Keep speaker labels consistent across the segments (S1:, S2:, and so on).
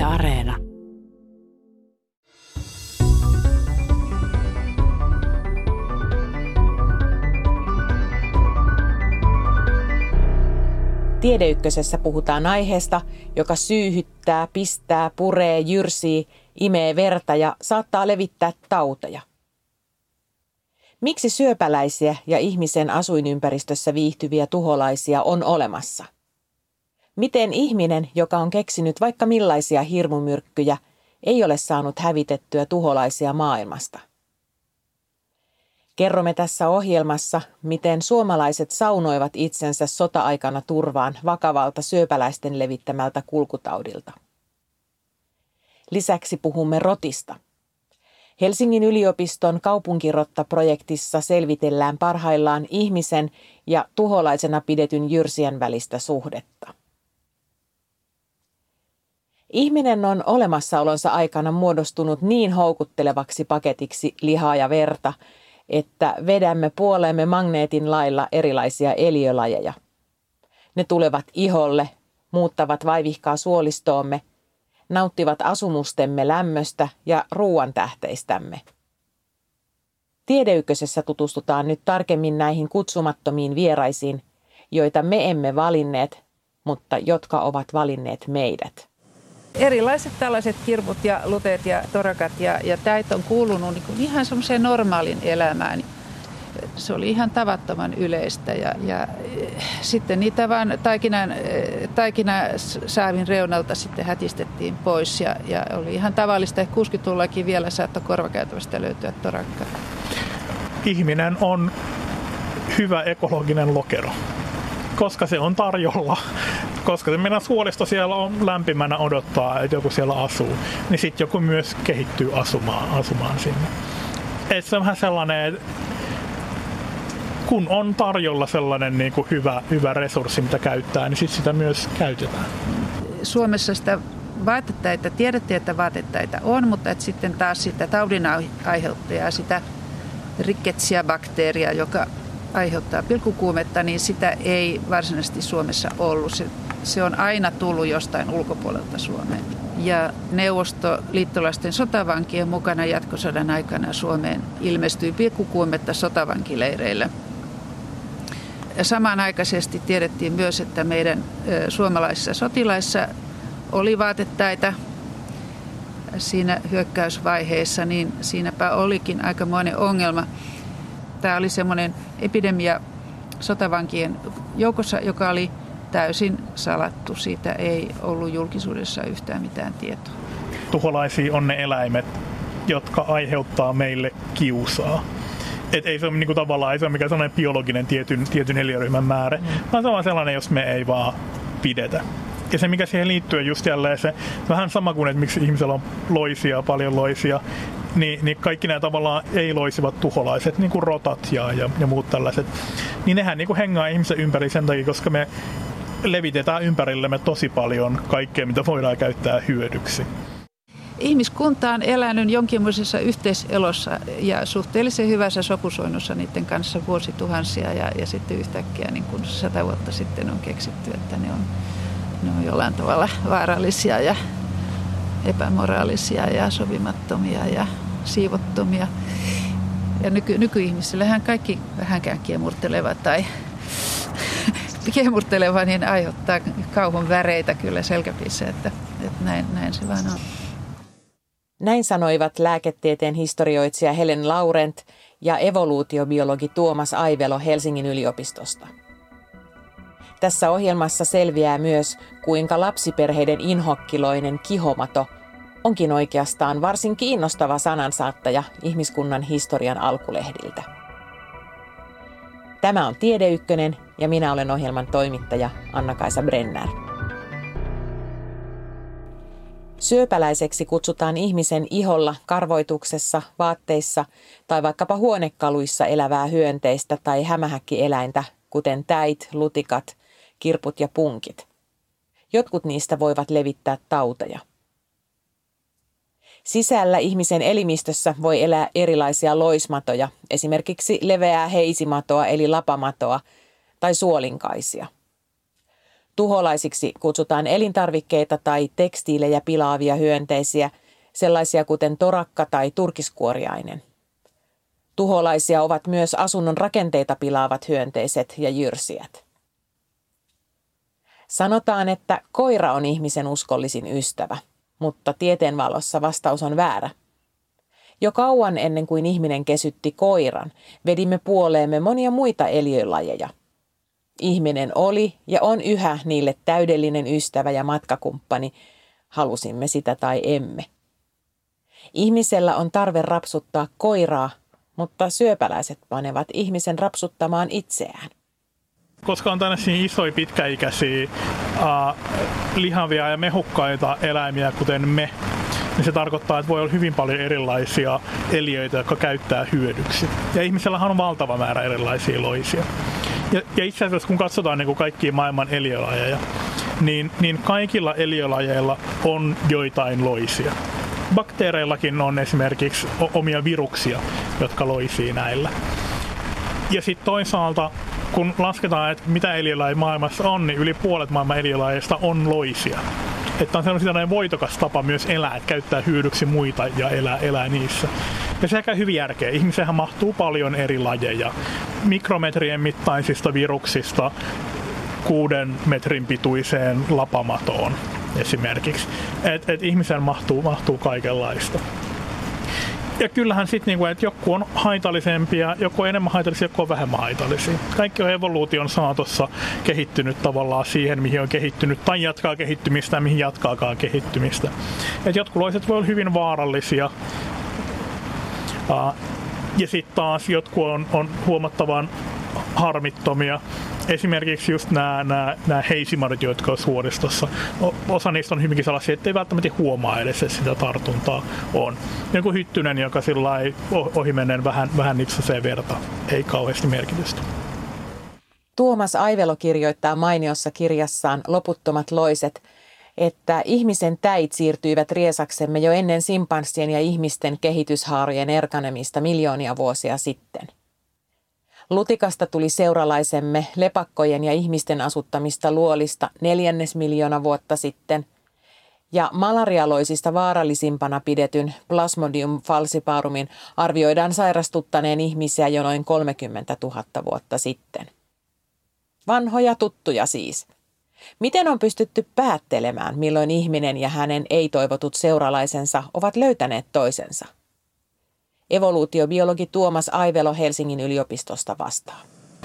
S1: Areena.
S2: Tiedeykkösessä puhutaan aiheesta, joka syyhyttää, pistää, puree, jyrsii, imee verta ja saattaa levittää tauteja. Miksi syöpäläisiä ja ihmisen asuinympäristössä viihtyviä tuholaisia on olemassa? Miten ihminen, joka on keksinyt vaikka millaisia hirmumyrkkyjä, ei ole saanut hävitettyä tuholaisia maailmasta? Kerromme tässä ohjelmassa, miten suomalaiset saunoivat itsensä sota-aikana turvaan vakavalta syöpäläisten levittämältä kulkutaudilta. Lisäksi puhumme rotista. Helsingin yliopiston kaupunkirotta-projektissa selvitellään parhaillaan ihmisen ja tuholaisena pidetyn jyrsijän välistä suhdetta. Ihminen on olemassaolonsa aikana muodostunut niin houkuttelevaksi paketiksi lihaa ja verta, että vedämme puoleemme magneetin lailla erilaisia eliölajeja. Ne tulevat iholle, muuttavat vaivihkaa suolistoomme, nauttivat asumustemme lämmöstä ja ruuan tähteistämme. Tiedeykkösessä tutustutaan nyt tarkemmin näihin kutsumattomiin vieraisiin, joita me emme valinneet, mutta jotka ovat valinneet meidät.
S3: Erilaiset tällaiset kirput ja luteet ja torakat ja täit on kuulunut niin kuin ihan semmoiseen normaalin elämään. Se oli ihan tavattoman yleistä ja sitten niitä vaan taikinasaavin reunalta sitten hätistettiin pois ja oli ihan tavallista, että 60-luvullakin vielä saattoi korvakäytävästä löytyä torakka.
S4: Ihminen on hyvä ekologinen lokero, koska se on tarjolla. Koska se meidän suolisto siellä on lämpimänä odottaa, että joku siellä asuu, niin sitten joku myös kehittyy asumaan sinne. Et se on vähän sellainen, että kun on tarjolla sellainen niin kuin hyvä resurssi, mitä käyttää, niin sitten sitä myös käytetään.
S3: Suomessa sitä vaatettaita, tiedettiin, että vaatettaita on, mutta että sitten taas sitä taudin aiheuttajaa, sitä Rickettsia-bakteeria, joka aiheuttaa pilkkukuumetta, niin sitä ei varsinaisesti Suomessa ollut. Se on aina tullut jostain ulkopuolelta Suomeen. Ja neuvostoliittolaisten sotavankien mukana jatkosodan aikana Suomeen ilmestyi pilkkukuumetta sotavankileireillä. Ja samanaikaisesti tiedettiin myös, että meidän suomalaisissa sotilaissa oli vaatettaita siinä hyökkäysvaiheessa, niin siinäpä olikin aikamoinen ongelma. Tämä oli semmoinen epidemia sotavankien joukossa, joka oli täysin salattu. Siitä ei ollut julkisuudessa yhtään mitään tietoa.
S4: Tuholaisia on ne eläimet, jotka aiheuttaa meille kiusaa. Ei se ole niinku tavallaan ei se ole mikään sellainen biologinen tietyn eliöryhmän määrä, vaan se on sellainen, jos me ei vaan pidetä. Ja se, mikä siihen liittyy, just jälleen se vähän sama kuin, että miksi ihmisellä on loisia, paljon loisia, niin kaikki nämä tavallaan ei-loisivat tuholaiset, niin kuin rotat ja muut tällaiset, niin nehän niin kuin hengaa ihmisen ympäri sen takia, koska me levitetään ympärillemme tosi paljon kaikkea, mitä voidaan käyttää hyödyksi.
S3: Ihmiskunta on elänyt jonkinlaisessa yhteiselossa ja suhteellisen hyvässä sopusoinnussa niiden kanssa vuosituhansia ja sitten yhtäkkiä niin kuin 100 vuotta sitten on keksitty, että ne on jollain tavalla vaarallisia ja epämoraalisia ja sovimattomia ja siivottomia. Ja nykyihmisillähän kaikki vähänkään kiemurteleva tai kiemurteleva niin aiheuttaa kauhun väreitä kyllä selkäpiissä, että näin se vaan on.
S2: Näin sanoivat lääketieteen historioitsija Helen Laurent ja evoluutiobiologi Tuomas Aivelo Helsingin yliopistosta. Tässä ohjelmassa selviää myös, kuinka lapsiperheiden inhokkiloinen kihomato onkin oikeastaan varsin kiinnostava sanansaattaja ihmiskunnan historian alkulehdiltä. Tämä on Tiedeykkönen ja minä olen ohjelman toimittaja Anna-Kaisa Brenner. Syöpäläiseksi kutsutaan ihmisen iholla, karvoituksessa, vaatteissa tai vaikkapa huonekaluissa elävää hyönteistä tai hämähäkkieläintä, kuten täit, lutikat, kirput ja punkit. Jotkut niistä voivat levittää tauteja. Sisällä ihmisen elimistössä voi elää erilaisia loismatoja, esimerkiksi leveää heisimatoa eli lapamatoa tai suolinkaisia. Tuholaisiksi kutsutaan elintarvikkeita tai tekstiilejä pilaavia hyönteisiä, sellaisia kuten torakka tai turkiskuoriainen. Tuholaisia ovat myös asunnon rakenteita pilaavat hyönteiset ja jyrsijät. Sanotaan, että koira on ihmisen uskollisin ystävä, mutta tieteen valossa vastaus on väärä. Jo kauan ennen kuin ihminen kesytti koiran, vedimme puoleemme monia muita eliölajeja. Ihminen oli ja on yhä niille täydellinen ystävä ja matkakumppani, halusimme sitä tai emme. Ihmisellä on tarve rapsuttaa koiraa, mutta syöpäläiset panevat ihmisen rapsuttamaan itseään.
S4: Koska on tällaisia isoja pitkäikäisiä lihavia ja mehukkaita eläimiä, kuten me, niin se tarkoittaa, että voi olla hyvin paljon erilaisia eliöitä, jotka käyttää hyödyksi. Ja ihmisellähän on valtava määrä erilaisia loisia. Ja itse asiassa kun katsotaan niin kuin kaikkia maailman eliölajeja, niin kaikilla eliölajeilla on joitain loisia. Bakteereillakin on esimerkiksi omia viruksia, jotka loisii näillä. Ja sitten toisaalta, kun lasketaan, että mitä eliölajeja maailmassa on, niin yli puolet maailman eliölajeista on loisia. Että on sellainen voitokas tapa myös elää, että käyttää hyödyksi muita ja elää niissä. Ja se käy hyvin järkeä. Ihmiseenhän mahtuu paljon eri lajeja. Mikrometrien mittaisista viruksista 6 metrin pituiseen lapamatoon esimerkiksi. Et ihmiseen mahtuu kaikenlaista. Ja kyllähän sitten, että joku on haitallisempia, joku on enemmän haitallisia, joku on vähemmän haitallisia. Kaikki on evoluution saatossa kehittynyt tavallaan siihen, mihin on kehittynyt, tai jatkaa kehittymistä ja mihin jatkaakaan kehittymistä. Et jotkut loiset voi olla hyvin vaarallisia, ja sitten taas jotkut on huomattavan harmittomia. Esimerkiksi just nämä heisimarit, jotka on suoristossa. Osa niistä on hyvinkin sellaisia, ettei välttämättä huomaa edes, että sitä tartuntaa on. Joku hyttynen, joka sillai ohimennen vähän nipsasee verta, ei kauheasti merkitystä.
S2: Tuomas Aivelo kirjoittaa mainiossa kirjassaan Loputtomat loiset, että ihmisen täit siirtyivät riesaksemme jo ennen simpanssien ja ihmisten kehityshaarojen erkanemista miljoonia vuosia sitten. Lutikasta tuli seuralaisemme lepakkojen ja ihmisten asuttamista luolista 4 miljoona vuotta sitten, ja malarialoisista vaarallisimpana pidetyn Plasmodium falciparumin arvioidaan sairastuttaneen ihmisiä jo noin 30 000 vuotta sitten. Vanhoja tuttuja siis. Miten on pystytty päättelemään, milloin ihminen ja hänen ei-toivotut seuralaisensa ovat löytäneet toisensa? Evoluutiobiologi Tuomas Aivelo Helsingin yliopistosta vastaa.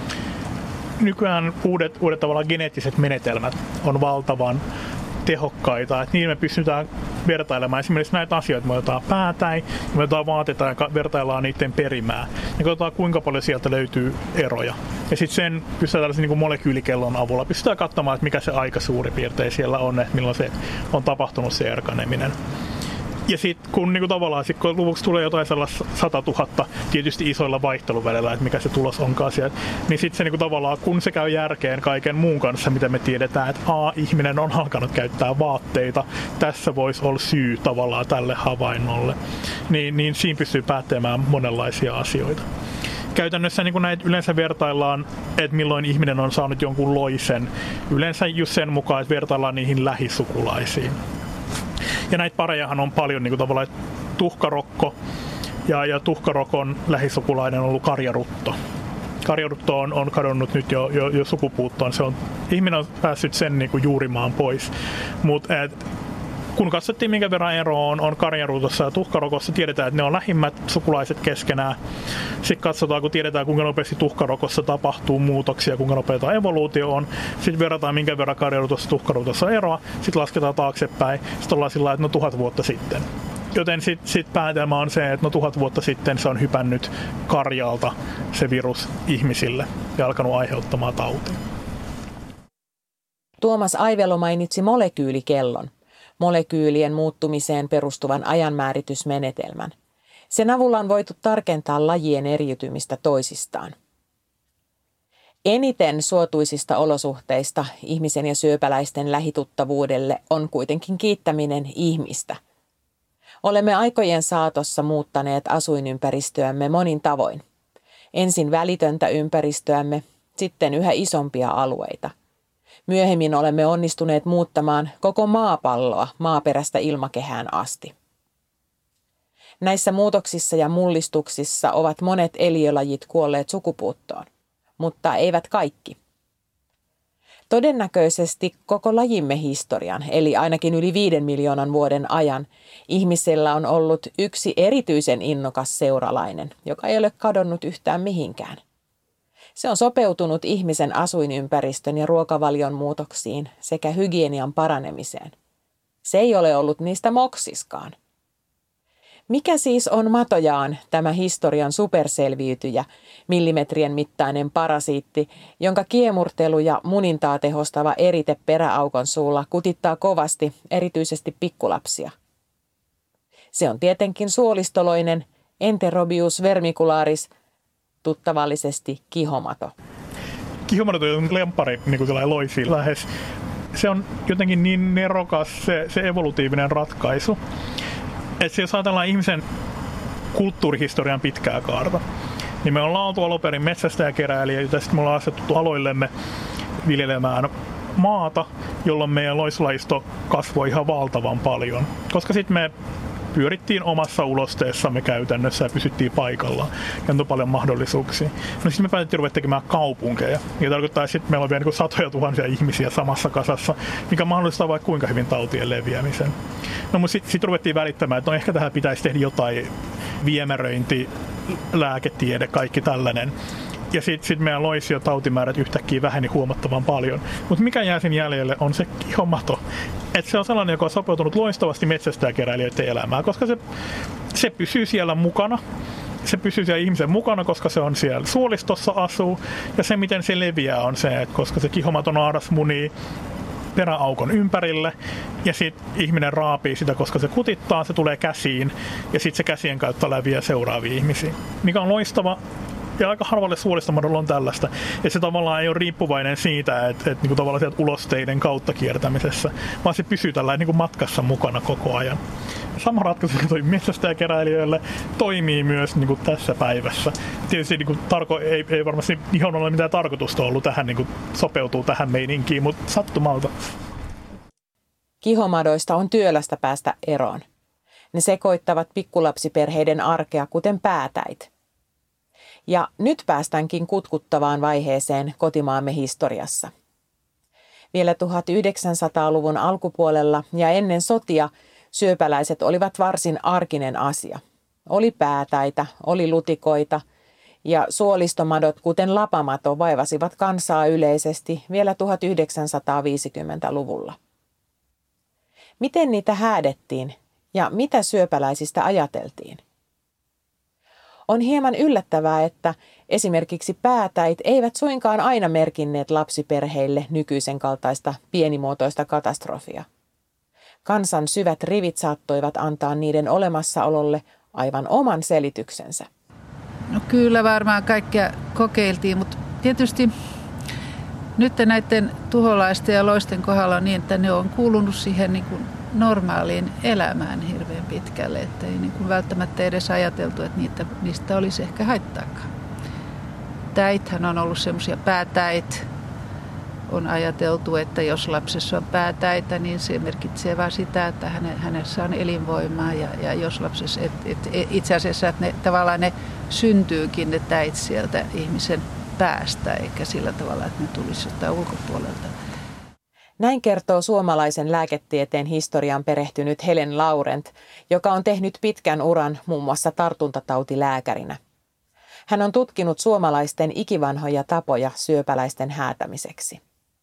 S4: Nykyään uudet tavallaan geneettiset menetelmät on valtavan tehokkaita, että niin me pystytään vertailemaan esimerkiksi näitä asioita. Me otetaan päätäin, me otetaan vaatetta ja vertaillaan niiden perimää. Ja katsotaan, kuinka paljon sieltä löytyy eroja. Ja sitten sen pystytään tällaisen niin molekyykellon avulla pystytään katsomaan, että mikä se aika suurin piirtein siellä on, että milloin se on tapahtunut se erkaneminen. Ja sitten kun tavallaan kun luvuksi tulee jotain sellaista 100 000 tietysti isoilla vaihteluvälillä, että mikä se tulos onkaan sieltä, niin sitten se tavallaan, kun se käy järkeen kaiken muun kanssa, mitä me tiedetään, että ihminen on alkanut käyttää vaatteita, tässä voisi olla syy tavallaan tälle havainnolle, niin siinä pystyy päättämään monenlaisia asioita. Käytännössä näitä yleensä vertaillaan, että milloin ihminen on saanut jonkun loisen, yleensä just sen mukaan, että vertaillaan niihin lähisukulaisiin. Ja näitä parejahan on paljon tavallaan tuhkarokko ja tuhkarokon lähisukulainen on ollut karjarutto. Karjarutto on kadonnut nyt jo sukupuuttoon. Ihminen on päässyt sen juurimaan pois. Mutta kun katsottiin, minkä verran ero on karjarutossa ja tuhkarokossa, tiedetään, että ne on lähimmät sukulaiset keskenään. Sitten katsotaan, kun tiedetään, kuinka nopeasti tuhkarokossa tapahtuu muutoksia, kuinka nopeita evoluutio on. Sitten verrataan, minkä verran karjarutossa ja tuhkarokossa on eroa. Sitten lasketaan taaksepäin. Sitten ollaan sillä lailla, että 1000 vuotta sitten. Joten sitten päätelmä on se, että 1000 vuotta sitten se on hypännyt karjalta se virus ihmisille ja alkanut aiheuttamaan tautia.
S2: Tuomas Aivelo mainitsi molekyylikellon, molekyylien muuttumiseen perustuvan ajanmääritysmenetelmän. Sen avulla on voitu tarkentaa lajien eriytymistä toisistaan. Eniten suotuisista olosuhteista ihmisen ja syöpäläisten lähituttavuudelle on kuitenkin kiittäminen ihmistä. Olemme aikojen saatossa muuttaneet asuinympäristöämme monin tavoin. Ensin välitöntä ympäristöämme, sitten yhä isompia alueita. Myöhemmin olemme onnistuneet muuttamaan koko maapalloa maaperästä ilmakehään asti. Näissä muutoksissa ja mullistuksissa ovat monet eliölajit kuolleet sukupuuttoon, mutta eivät kaikki. Todennäköisesti koko lajimme historian, eli ainakin yli 5 miljoonan vuoden ajan, ihmisellä on ollut yksi erityisen innokas seuralainen, joka ei ole kadonnut yhtään mihinkään. Se on sopeutunut ihmisen asuinympäristön ja ruokavalion muutoksiin sekä hygienian paranemiseen. Se ei ole ollut niistä moksiskaan. Mikä siis on matojaan tämä historian superselviytyjä, millimetrien mittainen parasiitti, jonka kiemurtelu ja munintaa tehostava erite peräaukon suulla kutittaa kovasti erityisesti pikkulapsia? Se on tietenkin suolistoloinen Enterobius vermicularis, tuttavallisesti kihomato.
S4: Kihomato on lemppari, niin kuin sellainen loisi lähes. Se on jotenkin niin nerokas se evolutiivinen ratkaisu. Että jos ajatellaan ihmisen kulttuurihistorian pitkää kaarta, niin me ollaan oltu alun perin metsästäjäkeräilijöitä, ja sitten me ollaan asetuttu aloillemme viljelemään maata, jolloin meidän loislajisto kasvoi ihan valtavan paljon. Koska sitten me pyörittiin omassa ulosteessamme käytännössä ja pysyttiin paikallaan. Ja antoi paljon mahdollisuuksia. No sitten me päätettiin ruveta tekemään kaupunkeja. Ja tarkoittaa, että sitten meillä on vielä niin satoja tuhansia ihmisiä samassa kasassa, mikä mahdollistaa vaikka kuinka hyvin tautien leviämisen. No mutta sitten ruvettiin välittämään, että no ehkä tähän pitäisi tehdä jotain viemäröinti, lääketiede, kaikki tällainen. Ja sitten meidän loisi- ja tautimäärät yhtäkkiä väheni huomattavan paljon. Mutta mikä jää sen jäljelle on se kihomato. Että se on sellainen, joka on sopeutunut loistavasti metsästäjäkeräilijöiden elämään, koska se pysyy siellä mukana. Se pysyy siellä ihmisen mukana, koska se on siellä suolistossa asuu. Ja se, miten se leviää, on se, että koska se kihomaton naaras munii peräaukon ympärille ja sitten ihminen raapii sitä, koska se kutittaa, se tulee käsiin ja sitten se käsien kautta läviää seuraaviin ihmisiin. Mikä on loistava. Ja aika harvalle suolistomadolla on tällaista, että se tavallaan ei ole riippuvainen siitä, että niinku tavallaan sieltä ulosteiden kautta kiertämisessä, vaan se pysyy tällä niinku matkassa mukana koko ajan. Sama ratkaisu toimii metsästäjäkeräilijöille, toimii myös niinku tässä päivässä. Tietysti niinku ei varmasti ihan ole mitään tarkoitusta ollut tähän, niinku sopeutuu tähän meininkiin, mutta sattumalta.
S2: Kihomadoista on työlästä päästä eroon. Ne sekoittavat pikkulapsiperheiden arkea, kuten päätäit. Ja nyt päästäänkin kutkuttavaan vaiheeseen kotimaamme historiassa. Vielä 1900-luvun alkupuolella ja ennen sotia syöpäläiset olivat varsin arkinen asia. Oli päätäitä, oli lutikoita ja suolistomadot, kuten lapamato, vaivasivat kansaa yleisesti vielä 1950-luvulla. Miten niitä häädettiin ja mitä syöpäläisistä ajateltiin? On hieman yllättävää, että esimerkiksi päätäit eivät suinkaan aina merkinneet lapsiperheille nykyisen kaltaista pienimuotoista katastrofia. Kansan syvät rivit saattoivat antaa niiden olemassaololle aivan oman selityksensä.
S3: No kyllä varmaan kaikkea kokeiltiin, mutta tietysti nyt näiden tuholaisten ja loisten kohdalla on niin, että ne on kuulunut siihen niin kuin normaaliin elämään hirveän pitkälle, että ei niin kuin välttämättä edes ajateltu, että niistä olisi ehkä haittaakaan. Täithän on ollut semmoisia päätäit. On ajateltu, että jos lapsessa on päätäitä, niin se merkitsee vain sitä, että hänessä on elinvoimaa. Ja jos lapsessa, itse asiassa, että tavallaan ne syntyykin ne täit sieltä ihmisen päästä, eikä sillä tavalla, että ne tulisi jotain ulkopuolelta.
S2: Näin kertoo suomalaisen lääketieteen historian perehtynyt Helen Laurent, joka on tehnyt pitkän uran muun muassa tartuntatautilääkärinä. Hän on tutkinut suomalaisten ikivanhoja tapoja syöpäläisten häätämiseksi.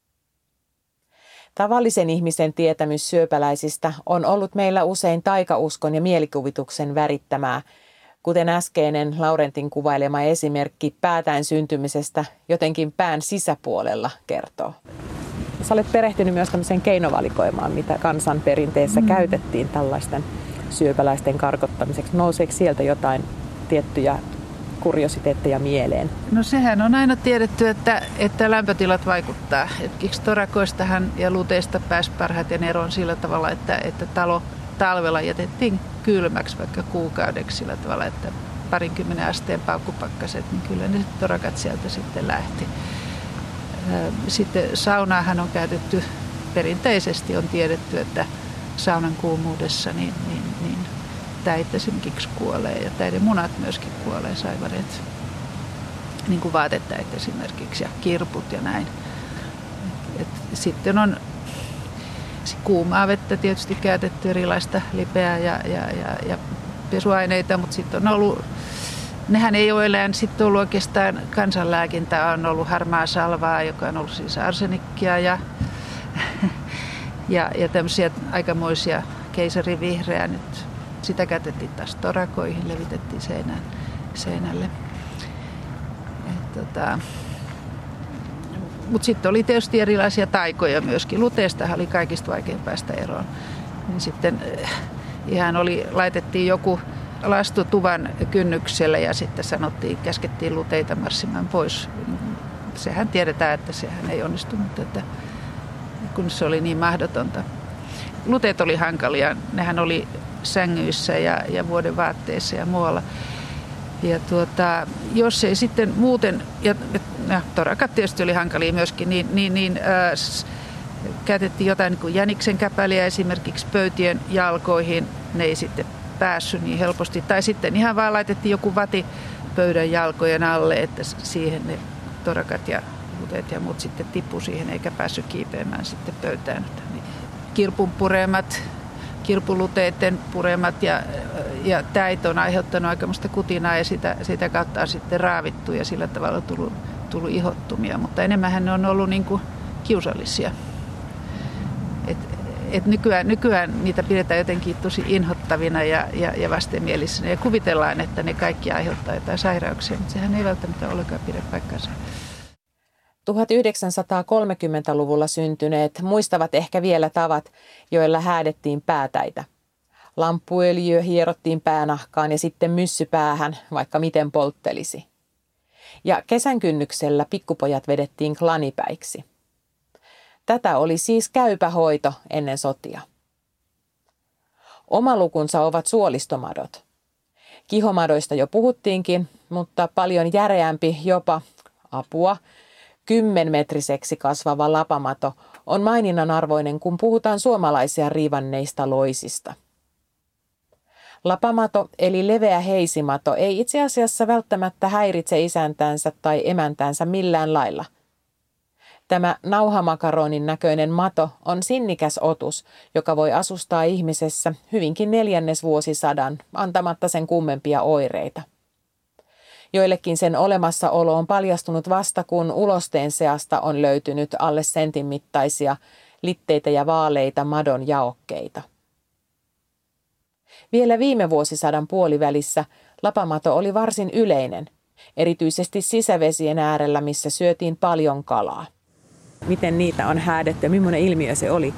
S2: Tavallisen ihmisen tietämys syöpäläisistä on ollut meillä usein taikauskon ja mielikuvituksen värittämää, kuten äskeinen Laurentin kuvailema esimerkki päätäin syntymisestä jotenkin pään sisäpuolella kertoo. Sä olet perehtynyt myös tämmöiseen keinovalikoimaan, mitä kansanperinteessä käytettiin tällaisten syöpäläisten karkottamiseksi. Nouseeko sieltä jotain tiettyjä kuriositeetteja mieleen?
S3: No sehän on aina tiedetty, että lämpötilat vaikuttaa. Kikstorakoistahan ja luteista pääsi parhaiten eroon sillä tavalla, että talo talvella jätettiin kylmäksi vaikka kuukaudeksi sillä tavalla, että 20 asteen paukkupakkaset, niin kyllä ne torakat sieltä sitten lähti. Sitten saunaahan on käytetty perinteisesti, on tiedetty, että saunan kuumuudessa niin täit esimerkiksi kuolee ja täiden munat myöskin kuolee, saivareet, niin kuin vaatetäit esimerkiksi ja kirput ja näin. Sitten on kuumaa vettä tietysti käytetty, erilaista lipeää ja pesuaineita, mutta sitten on ollut, nehän ei ole enää sitten ollut oikeastaan kansanlääkintää, on ollut harmaa salvaa, joka on ollut siis arsenikkia ja tämmöisiä aikamoisia keisarivihreää nyt. Sitä käytettiin taas torakoihin, levitettiin seinälle. Mutta sitten oli tietysti erilaisia taikoja myöskin. Luteestahan oli kaikista vaikein päästä eroon. Niin sitten ihan laitettiin joku lastu tuvan kynnykselle ja sitten käskettiin luteita marssimaan pois. Sehän tiedetään, että sehän ei onnistunut, että kun se oli niin mahdotonta. Luteet oli hankalia. Nehän oli sängyissä ja vuoden vaatteissa ja muualla. Ja jos ei sitten muuten, ja torakat tietysti oli hankalia myöskin, käytettiin jotain niin kuin jäniksen käpäliä esimerkiksi pöytien jalkoihin. Ne ei sitten päässyt niin helposti. Tai sitten ihan vaan laitettiin joku vati pöydän jalkojen alle, että siihen ne torakat ja luteet ja muut sitten tippu siihen eikä päässyt kiipeämään sitten pöytään. Kirpun puremat, kirpuluteiden puremat ja täit on aiheuttanut aikamoista kutinaa ja sitä kautta on sitten raavittu ja sillä tavalla tullut ihottumia, mutta enemmän ne on ollut niin kuin kiusallisia. Et nykyään niitä pidetään jotenkin tosi inhottavina ja vastenmielisinä ja kuvitellaan, että ne kaikki aiheuttaa jotain sairauksia, mutta sehän ei välttämättä ollenkaan pidä paikkansa.
S2: 1930-luvulla syntyneet muistavat ehkä vielä tavat, joilla häädettiin päätäitä. Lamppuöljyä hierottiin päänahkaan ja sitten myssy päähän, vaikka miten polttelisi. Ja kesän kynnyksellä pikkupojat vedettiin klanipäiksi. Tätä oli siis käypä hoito ennen sotia. Oma lukunsa ovat suolistomadot. Kihomadoista jo puhuttiinkin, mutta paljon järeämpi jopa apua 10-metriseksi kasvava lapamato on maininnan arvoinen, kun puhutaan suomalaisia riivanneista loisista. Lapamato eli leveä heisimato ei itse asiassa välttämättä häiritse isäntänsä tai emäntänsä millään lailla. Tämä nauhamakaronin näköinen mato on sinnikäs otus, joka voi asustaa ihmisessä hyvinkin 4. vuosisadan antamatta sen kummempia oireita. Joillekin sen olemassaolo on paljastunut vasta, kun ulosteen seasta on löytynyt alle sentin mittaisia litteitä ja vaaleita madon jaokkeita. Vielä viime vuosisadan puolivälissä lapamato oli varsin yleinen, erityisesti sisävesien äärellä, missä syötiin paljon kalaa. Miten niitä on häädetty ja millainen ilmiö se oli?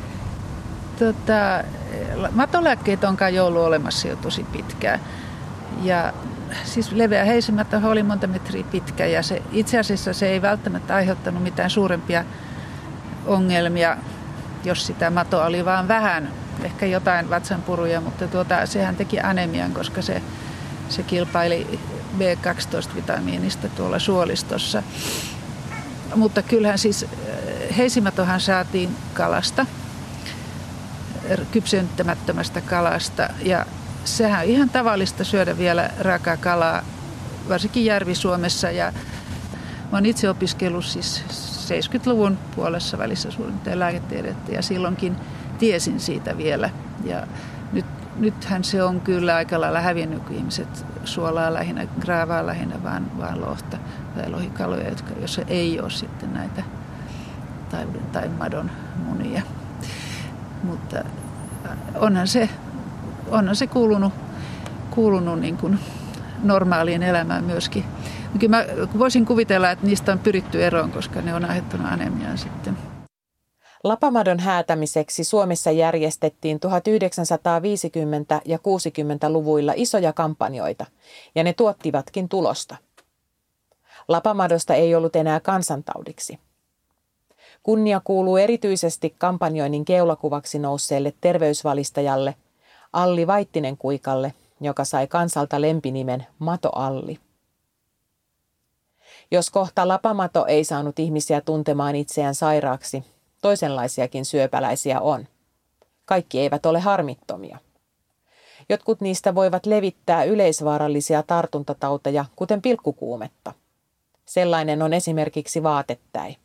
S3: Matolääkkeet on kai ollut olemassa jo tosi pitkään. Ja siis leveä heisimato oli monta metriä pitkä ja itse asiassa se ei välttämättä aiheuttanut mitään suurempia ongelmia, jos sitä matoa oli vaan vähän. Ehkä jotain vatsanpuruja, mutta sehän teki anemian, koska se kilpaili B12-vitamiinista tuolla suolistossa. Mutta kyllähän siis heisimatohan saatiin kalasta, kypsentämättömästä kalasta ja sehän on ihan tavallista syödä vielä raakaa kalaa, varsinkin Järvi-Suomessa. Ja mä oon itse opiskellut siis 70-luvun puolessa välissä suunnitteen lääketiedettä ja silloinkin tiesin siitä vielä. Ja nythän se on kyllä aika lailla hävinnyt, kun ihmiset suolaa lähinnä, graavaa lähinnä vaan lohta tai lohikaloja, joissa ei ole sitten näitä taiuden tai madon munia. Mutta onhan se kuulunut niin kuin normaaliin elämään myöskin. Kyllä mä voisin kuvitella, että niistä on pyritty eroon, koska ne on aiheuttanut anemiaa sitten.
S2: Lapamadon häätämiseksi Suomessa järjestettiin 1950- ja 60-luvuilla isoja kampanjoita, ja ne tuottivatkin tulosta. Lapamadosta ei ollut enää kansantaudiksi. Kunnia kuuluu erityisesti kampanjoinnin keulakuvaksi nousseelle terveysvalistajalle Alli Vaittinen-Kuikalle, joka sai kansalta lempinimen Mato Alli. Jos kohta lapamato ei saanut ihmisiä tuntemaan itseään sairaaksi, toisenlaisiakin syöpäläisiä on. Kaikki eivät ole harmittomia. Jotkut niistä voivat levittää yleisvaarallisia tartuntatauteja, kuten pilkkukuumetta. Sellainen on esimerkiksi vaatettäi.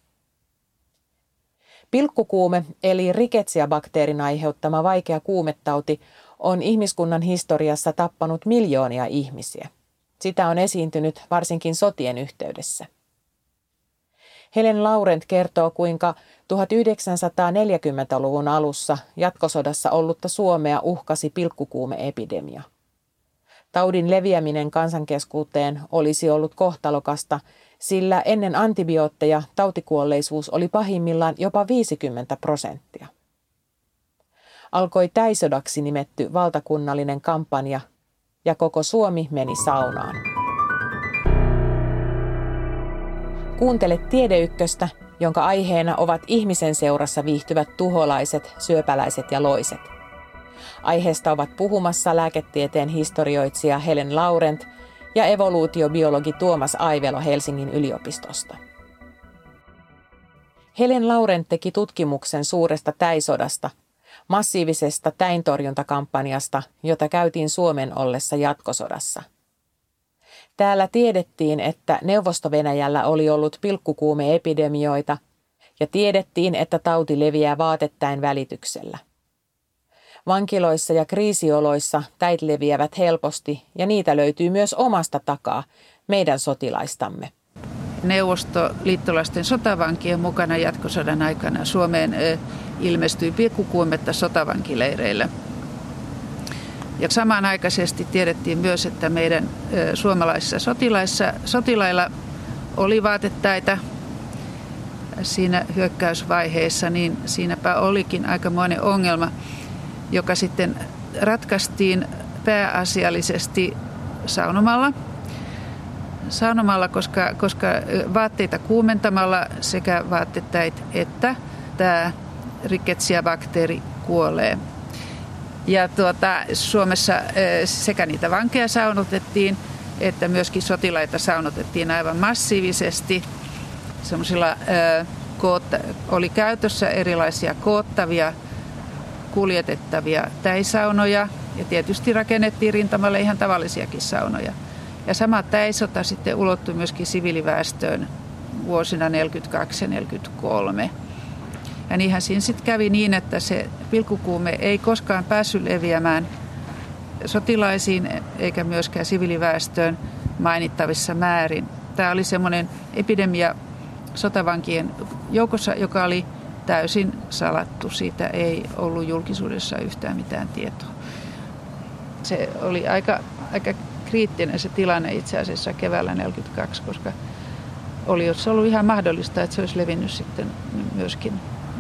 S2: Pilkkukuume eli rickettsia-bakteerin aiheuttama vaikea kuumetauti on ihmiskunnan historiassa tappanut miljoonia ihmisiä. Sitä on esiintynyt varsinkin sotien yhteydessä. Helen Laurent kertoo, kuinka 1940-luvun alussa jatkosodassa ollutta Suomea uhkasi pilkkukuumeepidemia. Taudin leviäminen kansankeskuuteen olisi ollut kohtalokasta, sillä ennen antibiootteja tautikuolleisuus oli pahimmillaan jopa 50%. Alkoi täisodaksi nimetty valtakunnallinen kampanja ja koko Suomi meni saunaan. Kuuntele Tiedeykköstä, jonka aiheena ovat ihmisen seurassa viihtyvät tuholaiset, syöpäläiset ja loiset. Aiheesta ovat puhumassa lääketieteen historioitsija Helen Laurent ja evoluutiobiologi Tuomas Aivelo Helsingin yliopistosta. Helen Laurent teki tutkimuksen suuresta täisodasta, massiivisesta täintorjuntakampanjasta, jota käytiin Suomen ollessa jatkosodassa. Täällä tiedettiin, että Neuvosto-Venäjällä oli ollut pilkkukuumeepidemioita ja tiedettiin, että tauti leviää vaatettäin välityksellä. Vankiloissa ja kriisioloissa täit leviävät helposti ja niitä löytyy myös omasta takaa, meidän sotilaistamme.
S3: Neuvostoliittolaisten sotavankien mukana jatkosodan aikana Suomeen ilmestyi pilkkukuumetta sotavankileireillä. Ja samanaikaisesti tiedettiin myös, että meidän suomalaisissa sotilailla oli vaatettäitä siinä hyökkäysvaiheessa, niin siinäpä olikin aikamoinen ongelma, joka sitten ratkaistiin pääasiallisesti saunomalla, koska vaatteita kuumentamalla sekä vaatettäit että tämä rickettsia-bakteeri kuolee. Ja Suomessa sekä niitä vankeja saunotettiin, että myöskin sotilaita saunotettiin aivan massiivisesti. Semmoisilla oli käytössä erilaisia koottavia, kuljetettavia täisaunoja ja tietysti rakennettiin rintamalle ihan tavallisiakin saunoja. Ja sama täisota sitten ulottui myöskin siviiliväestöön vuosina 1942 ja 1943. Ja niinhän siinä sitten kävi niin, että se pilkkukuume ei koskaan päässyt leviämään sotilaisiin eikä myöskään siviiliväestöön mainittavissa määrin. Tämä oli semmoinen epidemia sotavankien joukossa, joka oli täysin salattu. Siitä ei ollut julkisuudessa yhtään mitään tietoa. Se oli aika kriittinen se tilanne itse asiassa keväällä 1942, koska olisi ollut ihan mahdollista, että se olisi levinnyt sitten myöskin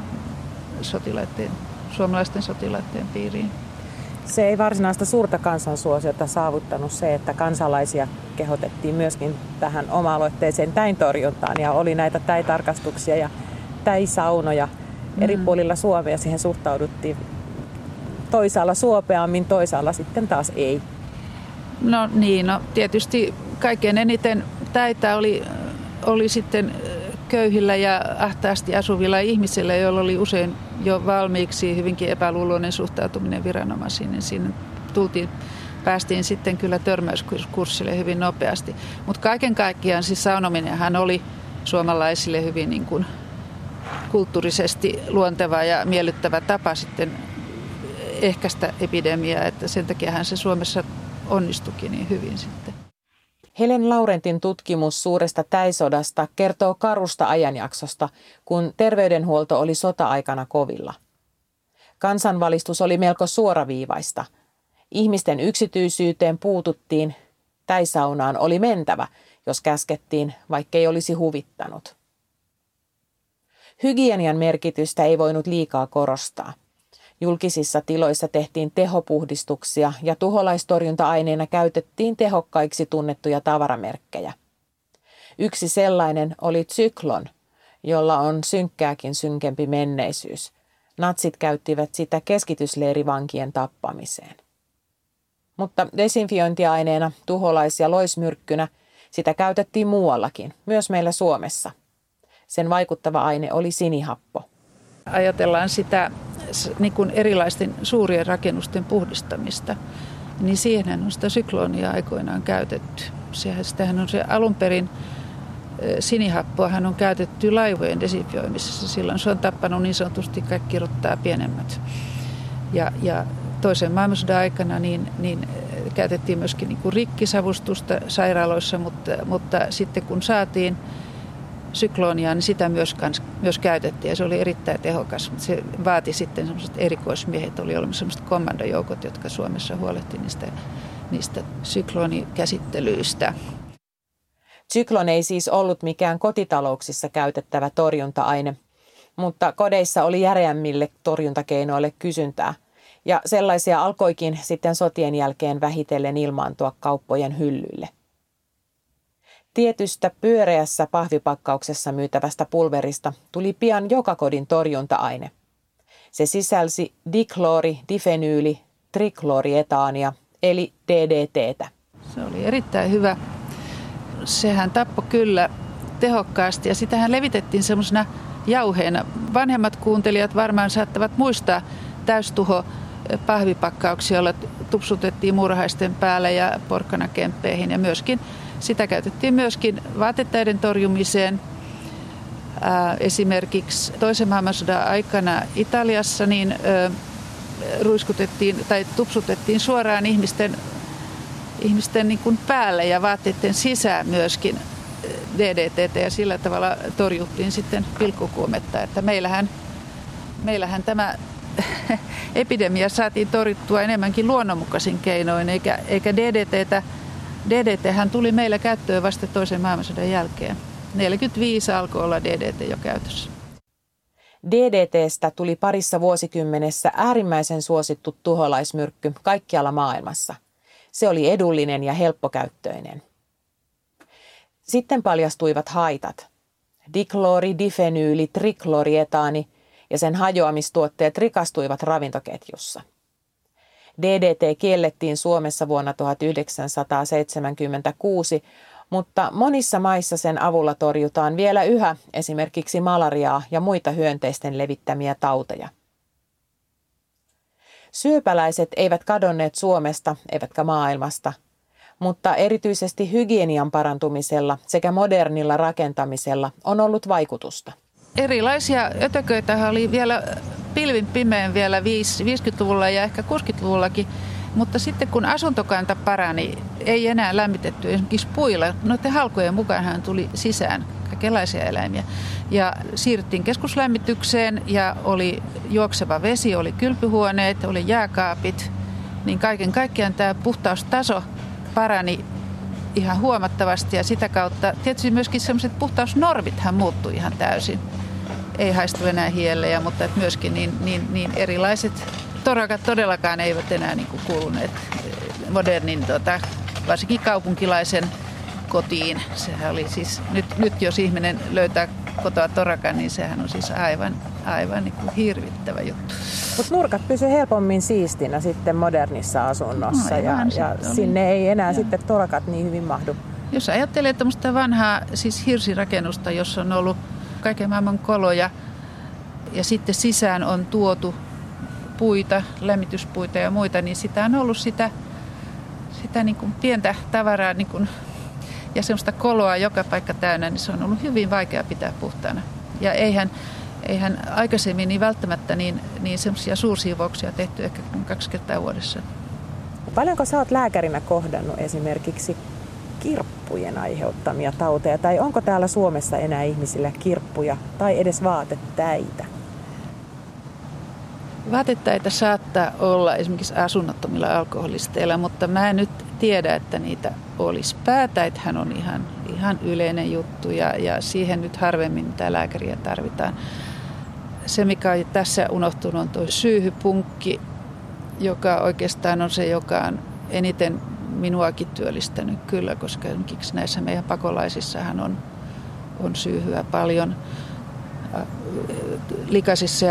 S3: suomalaisten sotilaiden piiriin.
S2: Se ei varsinaista suurta kansansuosiota saavuttanut se, että kansalaisia kehotettiin myöskin tähän oma-aloitteeseen täintorjuntaan ja oli näitä täitarkastuksia ja täisaunoja eri puolilla Suomea. Siihen suhtauduttiin toisaalla suopeammin, toisaalla sitten taas ei.
S3: No tietysti kaikkein eniten täitä oli sitten köyhillä ja ahtaasti asuvilla ihmisillä, joilla oli usein jo valmiiksi hyvinkin epäluuloinen suhtautuminen viranomaisiin, niin siinä päästiin sitten kyllä törmäyskurssille hyvin nopeasti. Mutta kaiken kaikkiaan siis saunominenhan oli suomalaisille hyvin niin kuin kulttuurisesti luonteva ja miellyttävä tapa sitten ehkäistä epidemiaa, että sen takiahan se Suomessa onnistuikin niin hyvin sitten.
S2: Helen Laurentin tutkimus suuresta täisodasta kertoo karusta ajanjaksosta, kun terveydenhuolto oli sota-aikana kovilla. Kansanvalistus oli melko suoraviivaista. Ihmisten yksityisyyteen puututtiin, täisaunaan oli mentävä, jos käskettiin, vaikkei olisi huvittanut. Hygienian merkitystä ei voinut liikaa korostaa. Julkisissa tiloissa tehtiin tehopuhdistuksia ja tuholaistorjunta-aineina käytettiin tehokkaiksi tunnettuja tavaramerkkejä. Yksi sellainen oli Zyklon, jolla on synkkääkin synkempi menneisyys. Natsit käyttivät sitä keskitysleirivankien tappamiseen. Mutta desinfiointiaineena, tuholais- ja loismyrkkynä Sitä käytettiin muuallakin, myös meillä Suomessa. Sen vaikuttava aine oli sinihappo.
S3: Ajatellaan sitä niin kuin erilaisten suurien rakennusten puhdistamista, niin siihen on sitä sykloonia aikoinaan käytetty. Sitähän on se alun perin sinihappoahan on käytetty laivojen desinfioimisessa. Silloin se on tappanut niin sanotusti kaikki rottaa pienemmät. Ja toisen maailmansodan aikana niin käytettiin myöskin niin kuin rikkisavustusta sairaaloissa, mutta sitten kun saatiin sykloonia, niin sitä myös käytettiin ja se oli erittäin tehokas. Se vaati sitten sellaiset erikoismiehet, oli olemassa sellaiset kommandojoukot, jotka Suomessa huolehti niistä sykloonikäsittelyistä.
S2: Syklon ei siis ollut mikään kotitalouksissa käytettävä torjunta-aine, mutta kodeissa oli järeämmille torjuntakeinoille kysyntää. Ja sellaisia alkoikin sitten sotien jälkeen vähitellen ilmaantua kauppojen hyllyille. Tietystä pyöreässä pahvipakkauksessa myytävästä pulverista tuli pian joka kodin torjunta-aine. Se sisälsi dikloori-difenyyli trikloorietaania eli DDT:tä.
S3: Se oli erittäin hyvä. Sehän tappoi kyllä tehokkaasti ja sitähän levitettiin semmoisena jauheena. Vanhemmat kuuntelijat varmaan saattavat muistaa täystuho pahvipakkauksia, joilla tupsutettiin muurahaisten päälle ja porkkanakemppeihin ja myöskin sitä käytettiin myöskin vaatettäiden torjumiseen. Esimerkiksi toisen maailmansodan aikana Italiassa niin ruiskutettiin tai tupsutettiin suoraan ihmisten niin kuin päälle ja vaatteiden sisään myöskin DDT:tä ja sillä tavalla torjuttiin sitten pilkkukuumetta. Että meillähän tämä epidemia saatiin torjuttua enemmänkin luonnonmukaisin keinoin, eikä DDT:hän tuli meillä käyttöön vasta toisen maailmansodan jälkeen. 1945 alkoi olla DDT jo käytössä.
S2: DDT:stä tuli parissa vuosikymmenessä äärimmäisen suosittu tuholaismyrkky kaikkialla maailmassa. Se oli edullinen ja helppokäyttöinen. Sitten paljastuivat haitat. Dikloori, difenyyli, trikloorietaani ja sen hajoamistuotteet rikastuivat ravintoketjussa. DDT kiellettiin Suomessa vuonna 1976, mutta monissa maissa sen avulla torjutaan vielä yhä esimerkiksi malariaa ja muita hyönteisten levittämiä tauteja. Syöpäläiset eivät kadonneet Suomesta eivätkä maailmasta, mutta erityisesti hygienian parantumisella sekä modernilla rakentamisella on ollut vaikutusta.
S3: Erilaisia ötököitä oli vielä pilvin pimeän vielä 50-luvulla ja ehkä 60-luvullakin, mutta sitten kun asuntokanta parani, ei enää lämmitetty esimerkiksi puilla. Noiden halkojen mukaanhan tuli sisään kaikenlaisia eläimiä. Ja siirryttiin keskuslämmitykseen ja oli juokseva vesi, oli kylpyhuoneet, oli jääkaapit. Niin kaiken kaikkiaan tämä puhtaustaso parani ihan huomattavasti ja sitä kautta tietysti myöskin sellaiset puhtausnormithan muuttui ihan täysin. Ei haistu enää hiellejä, mutta myöskin niin erilaiset torakat todellakaan eivät enää niin kuin kuuluneet modernin, varsinkin kaupunkilaisen kotiin. Sehän oli siis, nyt jos ihminen löytää kotoa torakan, niin sehän on siis aivan niin kuin hirvittävä juttu.
S2: Mutta nurkat pysyvät helpommin siistinä sitten modernissa asunnossa ja sinne ei enää sitten torakat niin hyvin mahdu.
S3: Jos ajattelee tämmöistä vanhaa siis hirsirakennusta, jossa on ollut kaiken maailman koloja ja sitten sisään on tuotu puita, lämmityspuita ja muita, niin sitä on ollut sitä niin kuin pientä tavaraa niin kuin, ja semmoista koloa joka paikka täynnä, niin se on ollut hyvin vaikea pitää puhtaana. Ja eihän aikaisemmin niin välttämättä niin semmoisia suursiivouksia tehty ehkä 2 kertaa vuodessa.
S2: Paljonko sä oot lääkärinä kohdannut esimerkiksi kirppujen aiheuttamia tauteja, tai onko täällä Suomessa enää ihmisillä kirppuja tai edes vaatetäitä?
S3: Vaatetäitä saattaa olla esimerkiksi asunnottomilla alkoholisteilla, mutta mä en nyt tiedä, että niitä olisi. Päätäithän on ihan yleinen juttu ja siihen nyt harvemmin mitä lääkäriä tarvitaan. Se, mikä on tässä unohtunut, on tuo syyhypunkki, joka oikeastaan on se, joka on eniten minuakin työllistänyt kyllä, koska esimerkiksi näissä meidän pakolaisissahan on syyhyä paljon. Likaisissa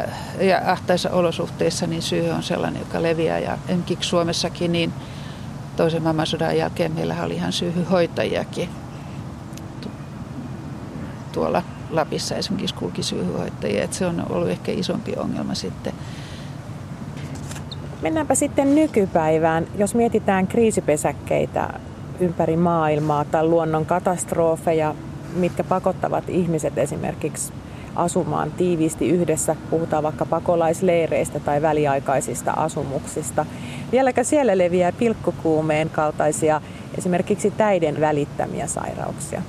S3: ja ahtaissa olosuhteissa niin syyhy on sellainen, joka leviää. Ja esimerkiksi Suomessakin niin toisen maailmansodan jälkeen meillähän oli ihan syyhyhoitajiakin. Tuolla Lapissa esimerkiksi kulki syyhyhoitajia, että se on ollut ehkä isompi ongelma sitten.
S2: Mennäänpä sitten nykypäivään. Jos mietitään kriisipesäkkeitä ympäri maailmaa tai luonnon katastrofeja, mitkä pakottavat ihmiset esimerkiksi asumaan tiiviisti yhdessä, puhutaan vaikka pakolaisleireistä tai väliaikaisista asumuksista. Vieläkö siellä leviää pilkkukuumeen kaltaisia esimerkiksi täiden välittämiä sairauksia?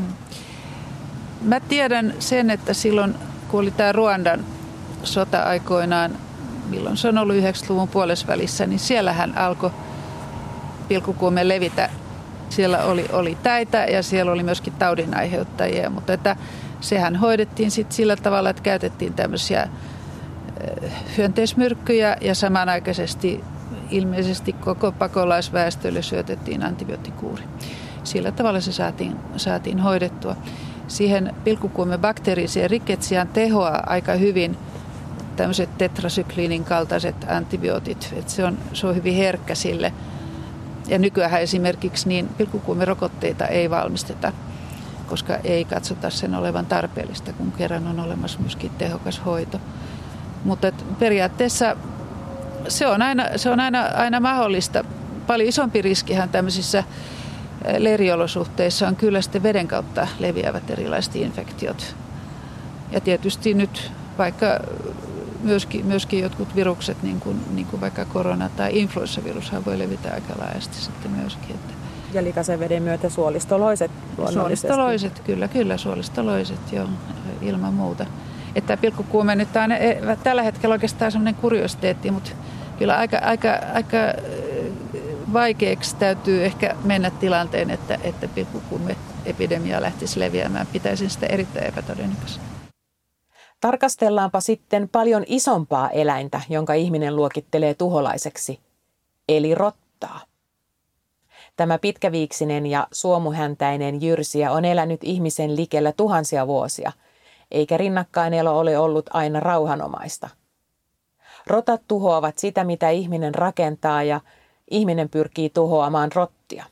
S3: Mä tiedän sen, että silloin kun oli tämä Ruandan sota aikoinaan, milloin se on ollut 90-luvun puolesvälissä, niin siellähän alkoi pilkkukuume levitä. Siellä oli täitä ja siellä oli myöskin taudinaiheuttajia, mutta että sehän hoidettiin sitten sillä tavalla, että käytettiin tämmöisiä hyönteismyrkkyjä ja samanaikaisesti ilmeisesti koko pakolaisväestölle syötettiin antibioottikuuri. Sillä tavalla se saatiin hoidettua. Siihen pilkkukuumebakteeriseen riketsiaan tehoaa aika hyvin tämmöiset tetrasykliinin kaltaiset antibiootit. Että se on hyvin herkkä sille. Ja nykyään esimerkiksi niin pilkkukuumerokotteita ei valmisteta, koska ei katsota sen olevan tarpeellista, kun kerran on olemassa myöskin tehokas hoito. Mutta periaatteessa se on aina mahdollista. Paljon isompi riskihän tämmöisissä leiriolosuhteissa on kyllä sitten veden kautta leviävät erilaiset infektiot. Ja tietysti nyt vaikka myöskin jotkut virukset, niin kuin vaikka korona tai influenssavirushan voi levitä aika laajasti sitten myöskin.
S2: Ja likaisen veden myötä suolistoloiset luonnollisesti.
S3: Suolistoloiset, kyllä suolistoloiset, joo, ilman muuta. Että pilkkukuume nyt on tällä hetkellä oikeastaan semmoinen kuriositeetti, mutta kyllä aika vaikeaksi täytyy ehkä mennä tilanteen, että pilkkukuume-epidemia lähtisi leviämään. Pitäisin sitä erittäin epätodennäköisenä.
S2: Tarkastellaanpa sitten paljon isompaa eläintä, jonka ihminen luokittelee tuholaiseksi, eli rottaa. Tämä pitkäviiksinen ja suomuhäntäinen jyrsiä on elänyt ihmisen likellä tuhansia vuosia, eikä rinnakkainelo ole ollut aina rauhanomaista. Rotat tuhoavat sitä, mitä ihminen rakentaa, ja ihminen pyrkii tuhoamaan rottia.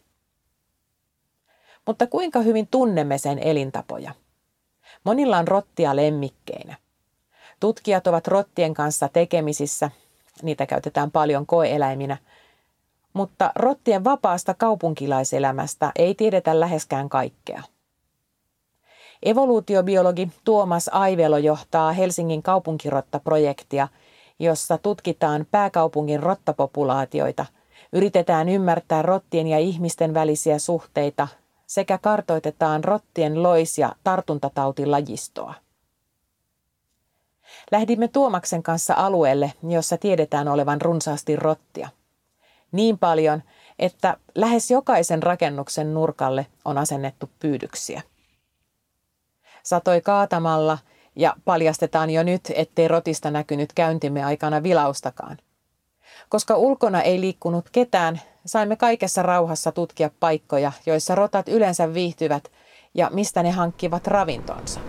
S2: Mutta kuinka hyvin tunnemme sen elintapoja? Monilla on rottia lemmikkeinä. Tutkijat ovat rottien kanssa tekemisissä, niitä käytetään paljon koeeläiminä, mutta rottien vapaasta kaupunkilaiselämästä ei tiedetä läheskään kaikkea. Evoluutiobiologi Tuomas Aivelo johtaa Helsingin kaupunkirottaprojektia, jossa tutkitaan pääkaupungin rottapopulaatioita, yritetään ymmärtää rottien ja ihmisten välisiä suhteita sekä kartoitetaan rottien lois- ja tartuntatautilajistoa. Lähdimme Tuomaksen kanssa alueelle, jossa tiedetään olevan runsaasti rottia. Niin paljon, että lähes jokaisen rakennuksen nurkalle on asennettu pyydyksiä. Satoi kaatamalla ja paljastetaan jo nyt, ettei rotista näkynyt käyntimme aikana vilaustakaan. Koska ulkona ei liikkunut ketään, saimme kaikessa rauhassa tutkia paikkoja, joissa rotat yleensä viihtyvät ja mistä ne hankkivat ravintonsa.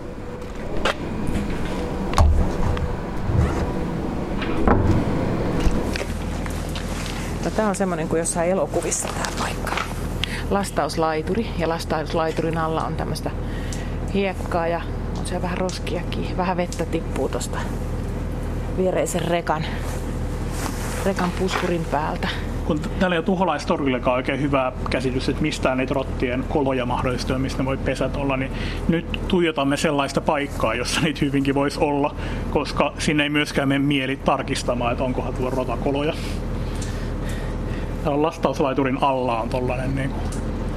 S2: Tämä on semmoinen kuin jossain elokuvissa tämä paikka. Lastauslaituri ja lastauslaiturin alla on tämmöistä hiekkaa ja on siellä vähän roskiakin. Vähän vettä tippuu tuosta viereisen rekan puskurin päältä.
S4: Kun täällä ei ole tuholaistorillekaan oikein hyvä käsitys, että mistään niitä rottien koloja mahdollisesti on, mistä ne voi pesät olla, niin nyt tuijotamme sellaista paikkaa, jossa niitä hyvinkin voisi olla, koska sinne ei myöskään mene mieli tarkistamaan, että onkohan tuolla rotakoloja. Täällä lastauslaiturin alla on tollainen niin kuin,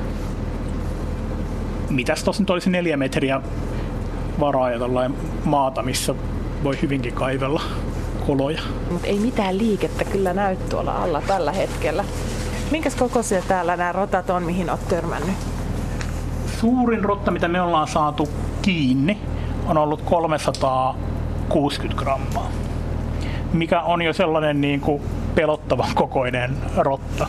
S4: mitäs tossa nyt olisi 4 metriä varaa ja tollainen maata, missä voi hyvinkin kaivella koloja.
S2: Mutta ei mitään liikettä kyllä näy tuolla alla tällä hetkellä. Minkäs kokoisia täällä nämä rotat on, mihin olet törmännyt?
S4: Suurin rotta, mitä me ollaan saatu kiinni, on ollut 360 grammaa, mikä on jo sellainen niin kuin pelottavan kokoinen rotta.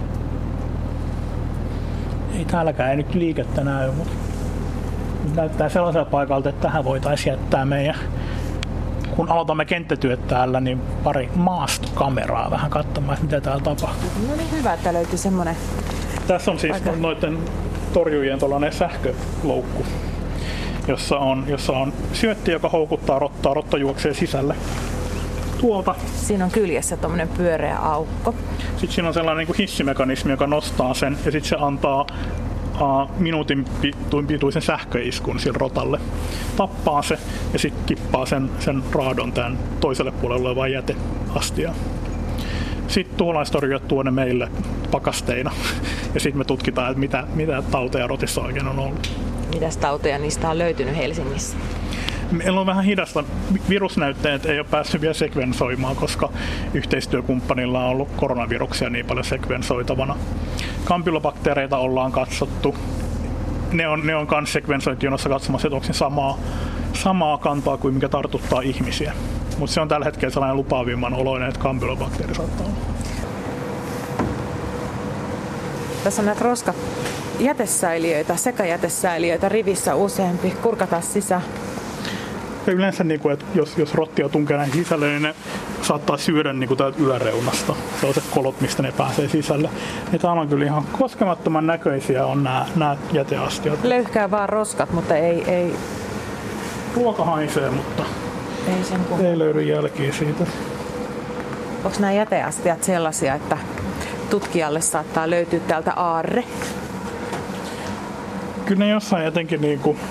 S4: Ei täälläkään ei nyt liikettä näy, mutta näyttää sellaiselta paikalta, että tähän voitaisiin jättää meidän kun aloitamme kenttätyöt täällä, niin pari maastokameraa vähän katsomaan, mitä täällä tapahtuu.
S2: No niin, hyvä, että löytyi semmoinen.
S4: Tässä on siis noiden torjujien tuollainen sähköloukku, jossa on syötti, joka houkuttaa rottaa. Rotta juoksee sisälle tuolta.
S2: Siinä on kyljessä tommonen pyöreä aukko.
S4: Sitten siinä on sellainen niin kuin hissimekanismi, joka nostaa sen ja sitten se antaa minuutin pituisen sähköiskun sille rotalle. Tappaa se ja sitten kippaa sen raadon tämän toiselle puolelle olevaan jäteastiaan. Sitten tuholaistorjujat tuo ne meille pakasteina ja sitten me tutkitaan, että mitä tauteja rotissa oikein on ollut.
S2: Mitäs tauteja niistä on löytynyt Helsingissä?
S4: Meillä on vähän hidasta. Virusnäytteet ei ole päässyt vielä sekvensoimaan, koska yhteistyökumppanilla on ollut koronaviruksia niin paljon sekvensoitavana. Kampylobakteereita ollaan katsottu. Ne on myös sekvensointijonossa katsomassa, että onko se samaa kantaa kuin mikä tartuttaa ihmisiä. Mutta se on tällä hetkellä sellainen lupaavimman oloinen, että kampylobakteeri saattaa olla.
S2: Tässä on näitä jätesäiliöitä, sekajätesäiliöitä rivissä useampi. Kurkataan sisään.
S4: Ja yleensä, että jos rottia tunkee näihin sisälle, niin ne saattaa syödä täältä yläreunasta. Sellaiset kolot, mistä ne pääsee sisälle. Ja täällä on kyllä ihan koskemattoman näköisiä on nämä jäteastiat.
S2: Löyhkää vaan roskat, mutta ei...
S4: Ruoka haisee, mutta ei löydy jälkiä siitä.
S2: Onko nämä jäteastiat sellaisia, että tutkijalle saattaa löytyä täältä aarre?
S4: Kyllä ne jossain jotenkin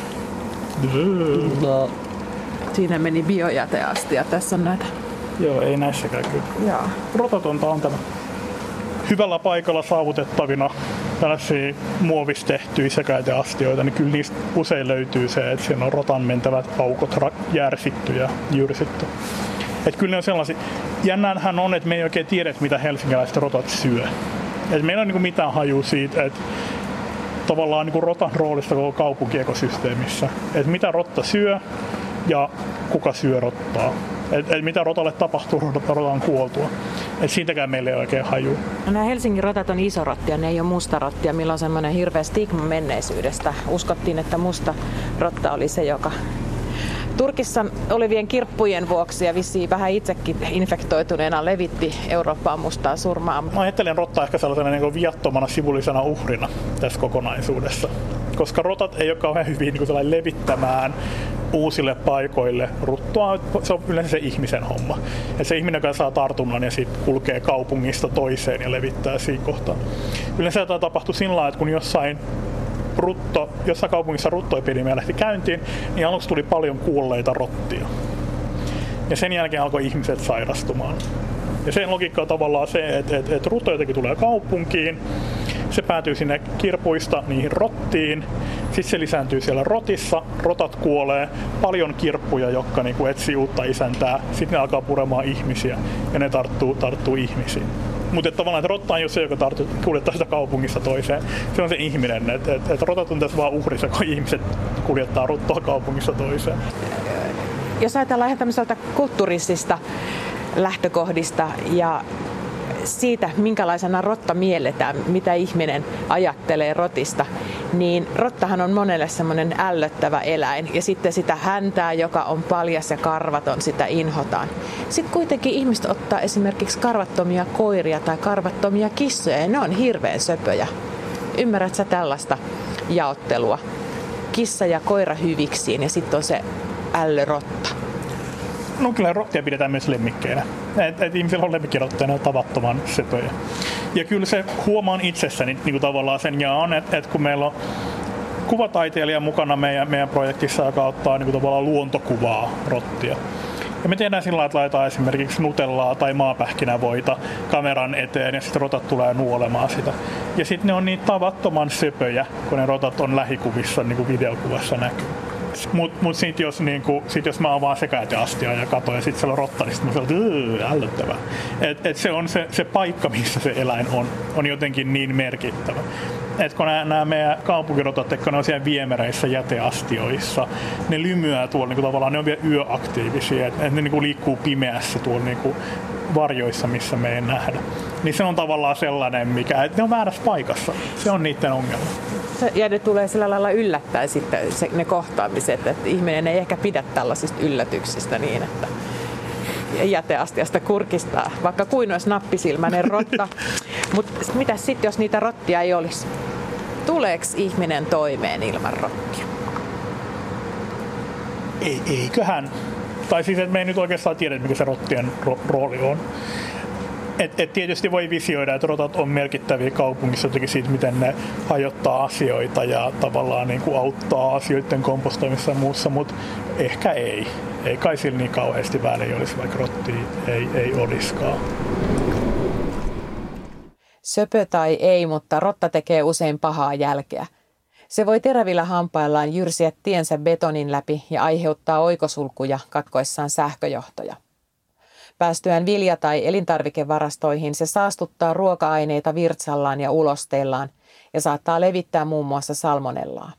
S2: Siinä meni biojäteastia. Tässä on näitä.
S4: Joo, ei näissäkään kyllä.
S2: Joo.
S4: Rotatonta on tämä. Hyvällä paikalla saavutettavina tällaisia muovista tehtyjä sekajäteastioita, niin kyllä niistä usein löytyy se, että siinä on rotan mentävät aukot järsitty ja jyrsitty. Että kyllä ne on sellaisia. Jännäänhän on, että me ei oikein tiedä, mitä helsinkiläiset rotat syö. Et meillä on mitään hajua siitä, että tavallaan rotan roolista koko kaupunkiekosysteemissä. Että mitä rotta syö ja kuka syö rottaa. Et mitä rotalle tapahtuu rotan kuoltua. Et siitäkään meillä ei oikein hajua.
S2: No, nämä Helsingin rotat on isorottia, ne ei ole mustarottia, millä on semmoinen hirveä stigma menneisyydestä. Uskottiin, että musta rotta oli se, joka Turkissa olevien kirppujen vuoksi ja vissiin vähän itsekin infektoituneena levitti Eurooppaan mustaa surmaa.
S4: Mä ajattelen rottaa ehkä sellaisena viattomana sivullisena uhrina tässä kokonaisuudessa. Koska rotat ei ole kauhean hyvin levittämään uusille paikoille ruttoa. Se on yleensä se ihmisen homma. Ja se ihminen, joka saa tartunnan ja sitten kulkee kaupungista toiseen ja levittää siinä kohtaa. Yleensä tämä tapahtui sillä lailla, että kun jossain kaupungissa ruttoepidemia lähti käyntiin, niin aluksi tuli paljon kuolleita rottia. Ja sen jälkeen alkoi ihmiset sairastumaan. Ja sen logiikka on tavallaan se, että rutto jotenkin tulee kaupunkiin, se päätyy sinne kirpuista niihin rottiin, sitten se lisääntyy siellä rotissa, rotat kuolee, paljon kirppuja, jotka etsii uutta isäntää, sitten ne alkaa puremaan ihmisiä ja ne tarttuu ihmisiin. Mutta tavallaan, että rotta on just se, joka kuljettaa sitä kaupungista toiseen. Se on se ihminen, että rotat on tässä vaan uhrissa, kun ihmiset kuljettaa ruttoa kaupungista toiseen.
S2: Jos ajatellaan ihan tämmöiseltä kulttuurisista lähtökohdista ja siitä, minkälaisena rotta mielletään, mitä ihminen ajattelee rotista, niin rottahan on monelle semmoinen ällöttävä eläin. Ja sitten sitä häntää, joka on paljas ja karvaton, sitä inhotaan. Sitten kuitenkin ihmiset ottaa esimerkiksi karvattomia koiria tai karvattomia kissoja, ja ne on hirveän söpöjä. Ymmärrätkö sä tällaista jaottelua? Kissa ja koira hyviksiin, ja sitten on se ällörotta.
S4: No kyllä rottia pidetään myös lemmikkeinä. Et ihmisillä on lemmikkirotteina tavattoman söpöjä. Ja kyllä se huomaan itsessäni tavallaan sen jaan, että kun meillä on kuvataiteilija mukana meidän projektissa, joka ottaa tavallaan luontokuvaa rottia. Ja me tehdään sillä lailla, että laitetaan esimerkiksi nutellaa tai maapähkinävoita kameran eteen ja sitten rotat tulee nuolemaan sitä. Ja sitten ne on niin tavattoman söpöjä, kun ne rotat on lähikuvissa, niin kuin videokuvassa näkyy. Mutta sitten jos mä avaan sekajäteastiaa ja katon ja sitten siellä on rotta, niin sitten mä sanon, ällöttävää. Et se on se paikka, missä se eläin on jotenkin niin merkittävä. Et kun nämä meidän kaupunkirotat, kun ne on siellä viemäreissä jäteastioissa, ne lymyää tuolla, tavallaan ne on vielä yöaktiivisia, että ne liikkuu pimeässä tuolla varjoissa, missä me ei nähdä. Niin se on tavallaan sellainen, että ne on väärässä paikassa. Se on niiden ongelma.
S2: Ja ne tulee sillä lailla yllättäen sitten ne kohtaamiset, että ihminen ei ehkä pidä tällaisista yllätyksistä niin, että jäteastiasta kurkistaa, vaikka kuin olisi nappisilmäinen rotta. Mutta mitä sitten, jos niitä rottia ei olisi? Tuleeko ihminen toimeen ilman rottia?
S4: Eiköhän. Tai siis, että me ei nyt oikeastaan tiedä, mikä se rottien rooli on. Et tietysti voi visioida, että rotat on merkittäviä kaupungissa jotenkin siitä, miten ne hajottaa asioita ja tavallaan niin kuin auttaa asioiden kompostoimissa ja muussa, mutta ehkä ei. Ei kai sillä niin kauheasti väliä olisi, vaikka rottia ei olisikaan.
S2: Söpö tai ei, mutta rotta tekee usein pahaa jälkeä. Se voi terävillä hampaillaan jyrsiä tiensä betonin läpi ja aiheuttaa oikosulkuja katkoissaan sähköjohtoja. Päästyään vilja- tai elintarvikevarastoihin se saastuttaa ruoka-aineita virtsallaan ja ulosteillaan ja saattaa levittää muun muassa salmonellaa.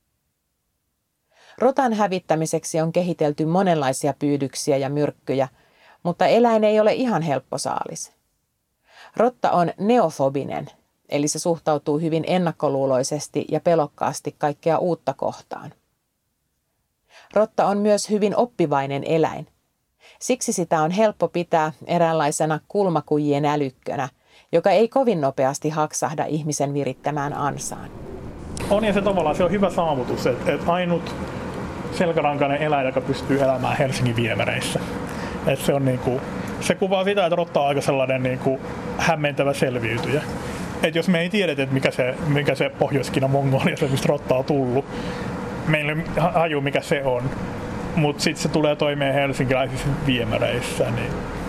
S2: Rotan hävittämiseksi on kehitelty monenlaisia pyydyksiä ja myrkkyjä, mutta eläin ei ole ihan helppo saalis. Rotta on neofobinen, eli se suhtautuu hyvin ennakkoluuloisesti ja pelokkaasti kaikkea uutta kohtaan. Rotta on myös hyvin oppivainen eläin. Siksi sitä on helppo pitää eräänlaisena kulmakujien älykkönä, joka ei kovin nopeasti haksahda ihmisen virittämään ansaan.
S4: On ja se tavallaan se on hyvä saavutus, että ainut selkärankainen eläin, joka pystyy elämään Helsingin viemäreissä. Että se on niinku, se kuvaa sitä, että rotta on aika sellainen niinku hämmentävä selviytyjä. Että jos me ei tiedetä, että mikä se Pohjois-Kiinan Mongolia, mistä rotta on tullut, meillä ei haju mikä se on. Mutta sitten se tulee toimeen helsinkiläisissä viemäreissä, niin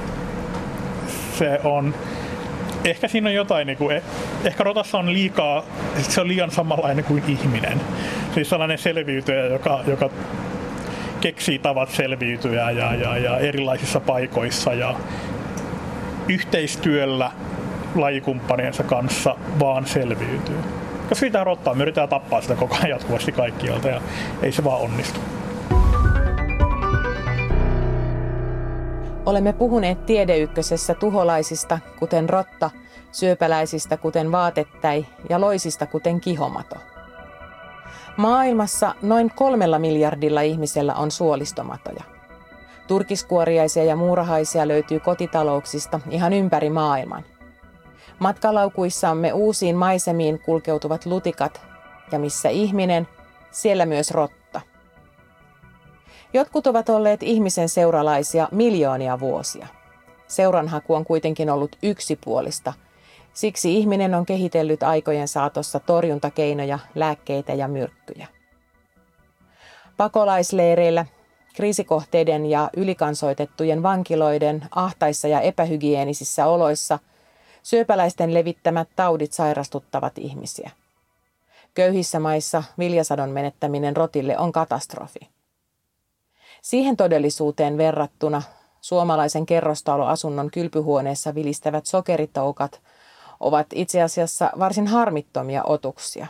S4: se on, ehkä siinä on jotain, niin kuin, ehkä rotassa on liikaa, se on liian samanlainen kuin ihminen. Siis sellainen selviytyjä, joka keksii tavat selviytyä ja erilaisissa paikoissa ja yhteistyöllä lajikumppaneensa kanssa vaan selviytyy. Koska sitä rottaa, me yritetään tappaa sitä koko ajan jatkuvasti kaikkialta ja ei se vaan onnistu.
S2: Olemme puhuneet Tiedeykkösessä tuholaisista, kuten rotta, syöpäläisistä, kuten vaatettäi ja loisista, kuten kihomato. Maailmassa noin 3 miljardilla ihmisellä on suolistomatoja. Turkiskuoriaisia ja muurahaisia löytyy kotitalouksista ihan ympäri maailman. Matkalaukuissamme uusiin maisemiin kulkeutuvat lutikat, ja missä ihminen, siellä myös rotta. Jotkut ovat olleet ihmisen seuralaisia miljoonia vuosia. Seuranhaku on kuitenkin ollut yksipuolista. Siksi ihminen on kehitellyt aikojen saatossa torjuntakeinoja, lääkkeitä ja myrkkyjä. Pakolaisleireillä, kriisikohteiden ja ylikansoitettujen vankiloiden ahtaissa ja epähygienisissä oloissa syöpäläisten levittämät taudit sairastuttavat ihmisiä. Köyhissä maissa viljasadon menettäminen rotille on katastrofi. Siihen todellisuuteen verrattuna suomalaisen kerrostaloasunnon kylpyhuoneessa vilistävät sokeritoukat ovat itse asiassa varsin harmittomia otuksia.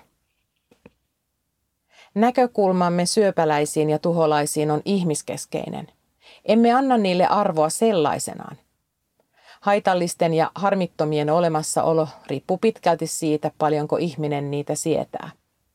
S2: Näkökulmamme syöpäläisiin ja tuholaisiin on ihmiskeskeinen. Emme anna niille arvoa sellaisenaan. Haitallisten ja harmittomien olemassaolo riippuu pitkälti siitä, paljonko ihminen niitä sietää.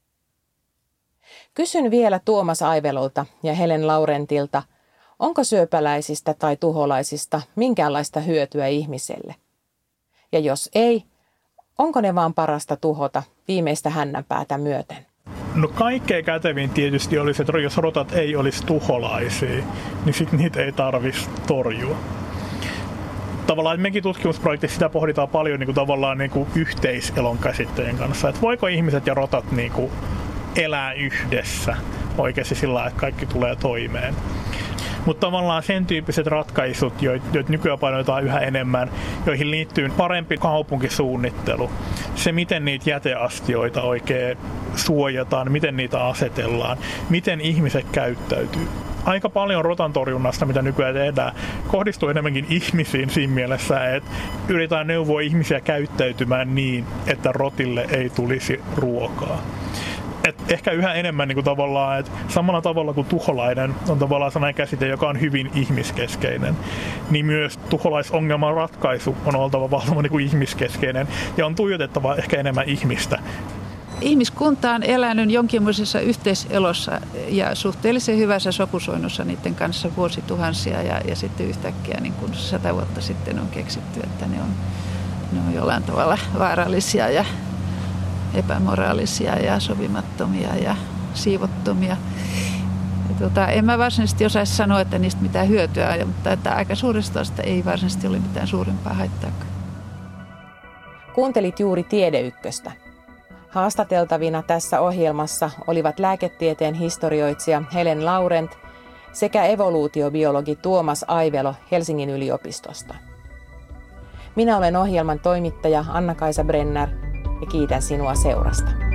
S2: Kysyn vielä Tuomas Aivelolta ja Helen Laurentilta, onko syöpäläisistä tai tuholaisista minkäänlaista hyötyä ihmiselle? Ja jos ei, onko ne vaan parasta tuhota viimeistä hännänpäätä myöten?
S4: No kaikkein kätevin tietysti olisi, että jos rotat ei olisi tuholaisia, niin sitten niitä ei tarvitsisi torjua. Tavallaan mekin tutkimusprojektissa sitä pohditaan paljon niin kuin, tavallaan niin kuin yhteiselon käsitteen kanssa, että voiko ihmiset ja rotat niin kuin elää yhdessä oikeasti sillä lailla, että kaikki tulee toimeen. Mutta tavallaan sen tyyppiset ratkaisut, joita nykyään painotetaan yhä enemmän, joihin liittyy parempi kaupunkisuunnittelu, se miten niitä jäteastioita oikein suojataan, miten niitä asetellaan, miten ihmiset käyttäytyy. Aika paljon rotan torjunnasta, mitä nykyään tehdään, kohdistuu enemmänkin ihmisiin siinä mielessä, että yritetään neuvoa ihmisiä käyttäytymään niin, että rotille ei tulisi ruokaa. Et ehkä yhä enemmän niin kuin tavallaan, että samalla tavalla kuin tuholainen on tavallaan sellainen käsite, joka on hyvin ihmiskeskeinen, niin myös tuholaisongelman ratkaisu on oltava valtavan niin kuin ihmiskeskeinen ja on tuijotettava ehkä enemmän ihmistä.
S3: Ihmiskunta on elänyt jonkinlaisessa yhteiselossa ja suhteellisen hyvässä sopusoinnussa niiden kanssa vuosituhansia ja sitten yhtäkkiä niin kuin 100 vuotta sitten on keksitty, että ne on jollain tavalla vaarallisia ja epämoraalisia ja sopimattomia ja siivottomia. En mä varsinaisesti osaisi sanoa, että niistä mitään hyötyä on, mutta että aika suuresta osasta ei varsinaisesti ole mitään suurempaa haittaa.
S2: Kuuntelit juuri Tiede Ykköstä. Haastateltavina tässä ohjelmassa olivat lääketieteen historioitsija Helen Laurent sekä evoluutiobiologi Tuomas Aivelo Helsingin yliopistosta. Minä olen ohjelman toimittaja Anna-Kaisa Brenner ja kiitän sinua seurasta.